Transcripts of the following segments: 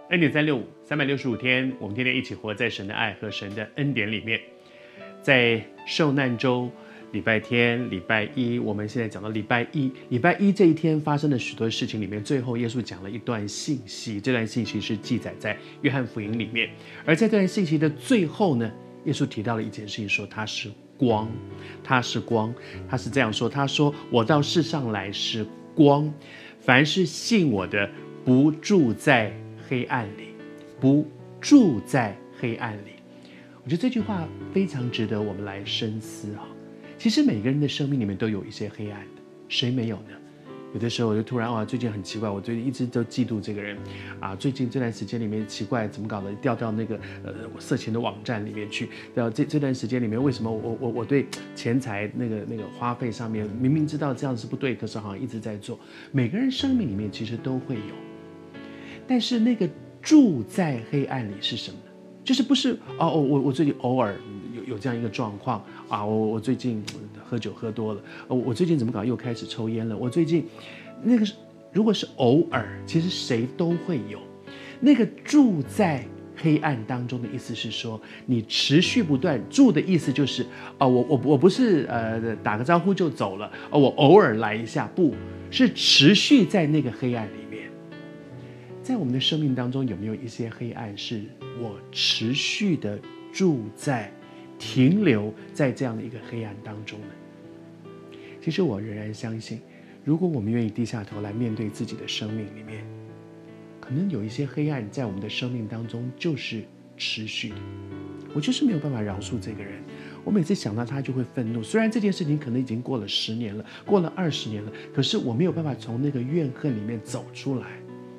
恩典365，365天，我们天天一起活在神的爱和神的恩典里面。在受难周，礼拜天、礼拜一，我们现在讲到礼拜一。礼拜一这一天发生的许多事情里面，最后耶稣讲了一段信息，这段信息是记载在约翰福音里面。而在这段信息的最后呢，耶稣提到了一件事情，说他是光，他是光，他是这样说，他说：“我到世上来是光，凡是信我的，不住在黑暗里，不住在黑暗里。”我觉得这句话非常值得我们来深思啊。其实每个人的生命里面都有一些黑暗的，谁没有呢？有的时候我就突然最近很奇怪，我最近一直都嫉妒这个人啊。最近这段时间里面奇怪怎么搞的，掉到那个色情的网站里面去。这段时间里面，为什么我对钱财那个花费上面明明知道这样是不对，可是好像一直在做。每个人生命里面其实都会有，但是那个住在黑暗里是什么呢？就是不是我最近偶尔有这样一个状况啊，我最近喝酒喝多了，我最近怎么搞又开始抽烟了，我最近那个如果是偶尔，其实谁都会有。那个住在黑暗当中的意思是说，你持续不断，住的意思就是我不是打个招呼就走了，我偶尔来一下，不是持续在那个黑暗里面。在我们的生命当中，有没有一些黑暗是我持续的住在、停留在这样的一个黑暗当中呢？其实我仍然相信，如果我们愿意低下头来面对自己的生命里面，可能有一些黑暗在我们的生命当中就是持续的。我就是没有办法饶恕这个人，我每次想到他就会愤怒。虽然这件事情可能已经过了10年了，过了20年了，可是我没有办法从那个怨恨里面走出来。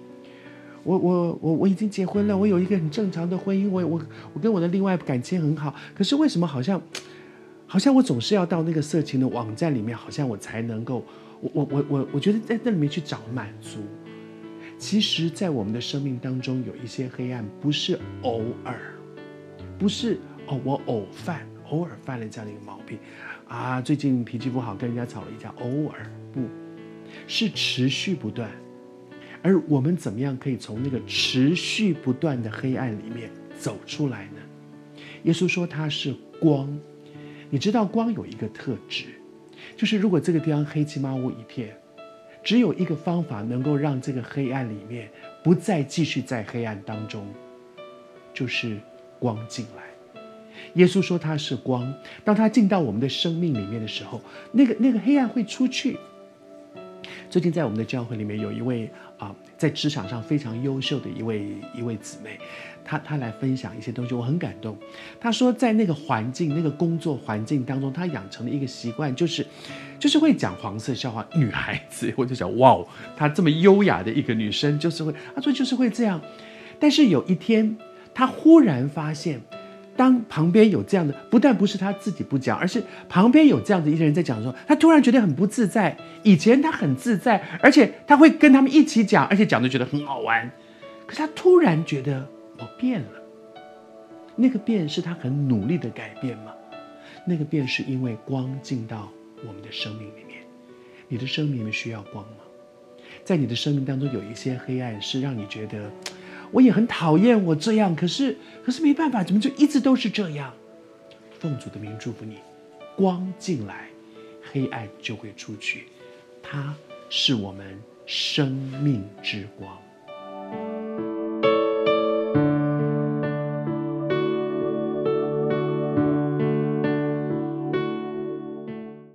我已经结婚了，我有一个很正常的婚姻，我跟我的另外感情很好，可是为什么好像我总是要到那个色情的网站里面，好像我才能够我觉得在那里面去找满足。其实在我们的生命当中有一些黑暗，不是偶尔，不是我偶尔犯了这样的一个毛病啊，最近脾气不好跟人家吵了一架，偶尔，不是持续不断。而我们怎么样可以从那个持续不断的黑暗里面走出来呢？耶稣说他是光。你知道光有一个特质，就是如果这个地方黑漆麻乌一片，只有一个方法能够让这个黑暗里面不再继续在黑暗当中，就是光进来。耶稣说他是光，当他进到我们的生命里面的时候，那个黑暗会出去。最近在我们的教会里面有一位在职场上非常优秀的一位姊妹，她来分享一些东西，我很感动。她说在那个环境，那个工作环境当中，她养成了一个习惯，就是会讲黄色笑话。女孩子，我就想哇，她这么优雅的一个女生，就是会，她说就是会这样。但是有一天，她忽然发现，当旁边有这样的，不但不是他自己不讲，而是旁边有这样的一个人在讲的时候，他突然觉得很不自在。以前他很自在，而且他会跟他们一起讲，而且讲的觉得很好玩。可是他突然觉得我变了。那个变是他很努力的改变吗？那个变是因为光进到我们的生命里面。你的生命里面需要光吗？在你的生命当中有一些黑暗是让你觉得我也很讨厌我这样，可是没办法，怎么就一直都是这样？奉主的名祝福你，光进来，黑暗就会出去。它是我们生命之光。